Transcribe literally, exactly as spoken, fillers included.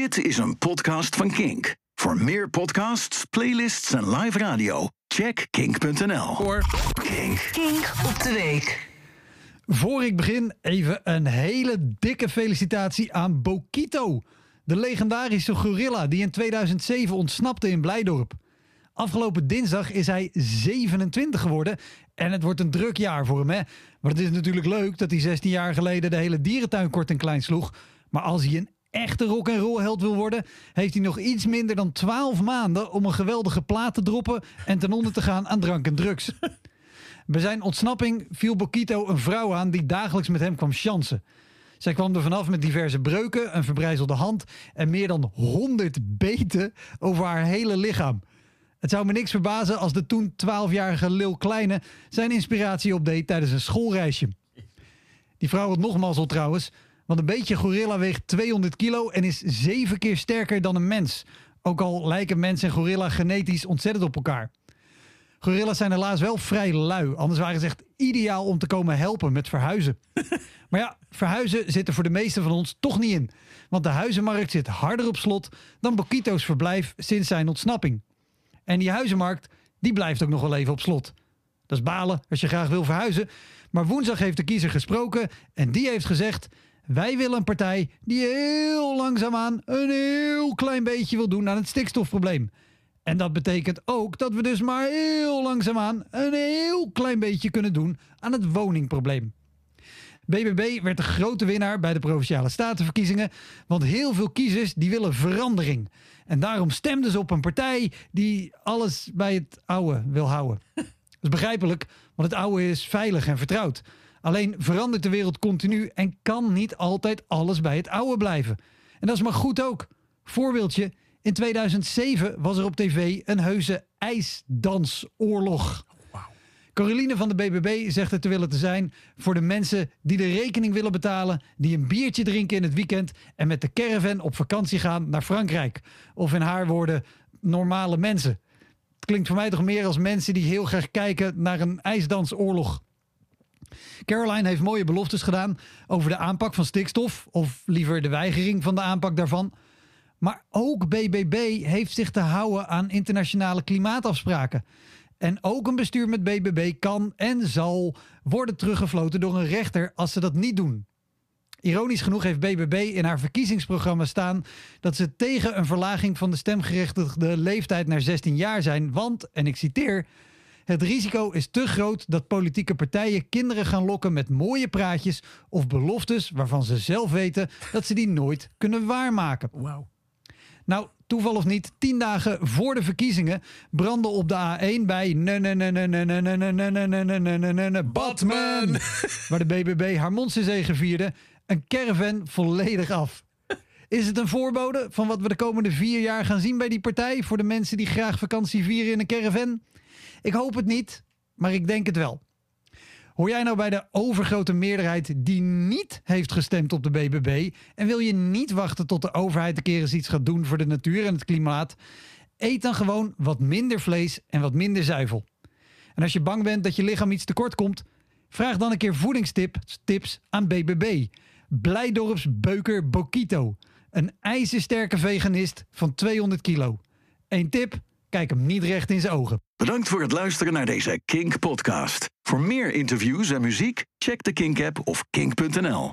Dit is een podcast van Kink. Voor meer podcasts, playlists en live radio, check kink punt n l. Voor Kink. Kink op de week. Voor ik begin even een hele dikke felicitatie aan Bokito. De legendarische gorilla die in tweeduizend zeven ontsnapte in Blijdorp. Afgelopen dinsdag is hij zevenentwintig geworden en het wordt een druk jaar voor hem, hè? Maar het is natuurlijk leuk dat hij zestien jaar geleden de hele dierentuin kort en klein sloeg. Maar als hij een echte rock'n'roll held wil worden, heeft hij nog iets minder dan twaalf maanden om een geweldige plaat te droppen en ten onder te gaan aan drank en drugs. Bij zijn ontsnapping viel Bokito een vrouw aan die dagelijks met hem kwam chansen. Zij kwam er vanaf met diverse breuken, een verbrijzelde hand en meer dan honderd beten over haar hele lichaam. Het zou me niks verbazen als de toen twaalfjarige Lil Kleine zijn inspiratie opdeed tijdens een schoolreisje. Die vrouw had nog mazzel trouwens, want een beetje gorilla weegt tweehonderd kilo en is zeven keer sterker dan een mens. Ook al lijken mens en gorilla genetisch ontzettend op elkaar. Gorilla's zijn helaas wel vrij lui, anders waren ze echt ideaal om te komen helpen met verhuizen. Maar ja, verhuizen zit er voor de meesten van ons toch niet in. Want de huizenmarkt zit harder op slot dan Bokito's verblijf sinds zijn ontsnapping. En die huizenmarkt, die blijft ook nog wel even op slot. Dat is balen als je graag wil verhuizen. Maar woensdag heeft de kiezer gesproken en die heeft gezegd: wij willen een partij die heel langzaamaan een heel klein beetje wil doen aan het stikstofprobleem. En dat betekent ook dat we dus maar heel langzaamaan een heel klein beetje kunnen doen aan het woningprobleem. B B B werd de grote winnaar bij de Provinciale Statenverkiezingen, want heel veel kiezers die willen verandering. En daarom stemden ze op een partij die alles bij het oude wil houden. Dat is begrijpelijk, want het oude is veilig en vertrouwd. Alleen verandert de wereld continu en kan niet altijd alles bij het oude blijven. En dat is maar goed ook. Voorbeeldje, in tweeduizend zeven was er op tv een heuse ijsdansoorlog. Caroline van de B B B zegt het te willen te zijn voor de mensen die de rekening willen betalen, die een biertje drinken in het weekend en met de caravan op vakantie gaan naar Frankrijk. Of in haar woorden, normale mensen. Het klinkt voor mij toch meer als mensen die heel graag kijken naar een ijsdansoorlog. Caroline heeft mooie beloftes gedaan over de aanpak van stikstof, of liever de weigering van de aanpak daarvan. Maar ook B B B heeft zich te houden aan internationale klimaatafspraken. En ook een bestuur met B B B kan en zal worden teruggefloten door een rechter als ze dat niet doen. Ironisch genoeg heeft B B B in haar verkiezingsprogramma staan dat ze tegen een verlaging van de stemgerechtigde leeftijd naar zestien jaar zijn. Want, en ik citeer, het risico is te groot dat politieke partijen kinderen gaan lokken met mooie praatjes of beloftes waarvan ze zelf weten dat ze die nooit kunnen waarmaken. Wauw. Nou, toeval of niet, tien dagen voor de verkiezingen brandde op de A één bij Batman, waar de B B B haar monsterzege vierde, een caravan volledig af. Is het een voorbode van wat we de komende vier jaar gaan zien bij die partij voor de mensen die graag vakantie vieren in een caravan? Ik hoop het niet, maar ik denk het wel. Hoor jij nou bij de overgrote meerderheid die niet heeft gestemd op de B B B en wil je niet wachten tot de overheid een keer eens iets gaat doen voor de natuur en het klimaat? Eet dan gewoon wat minder vlees en wat minder zuivel. En als je bang bent dat je lichaam iets tekort komt, vraag dan een keer voedingstips aan B B B. Blijdorps beuker Bokito. Een ijzersterke veganist van tweehonderd kilo. Eén tip, kijk hem niet recht in zijn ogen. Bedankt voor het luisteren naar deze Kink podcast. Voor meer interviews en muziek, check de Kink app of kink punt n l.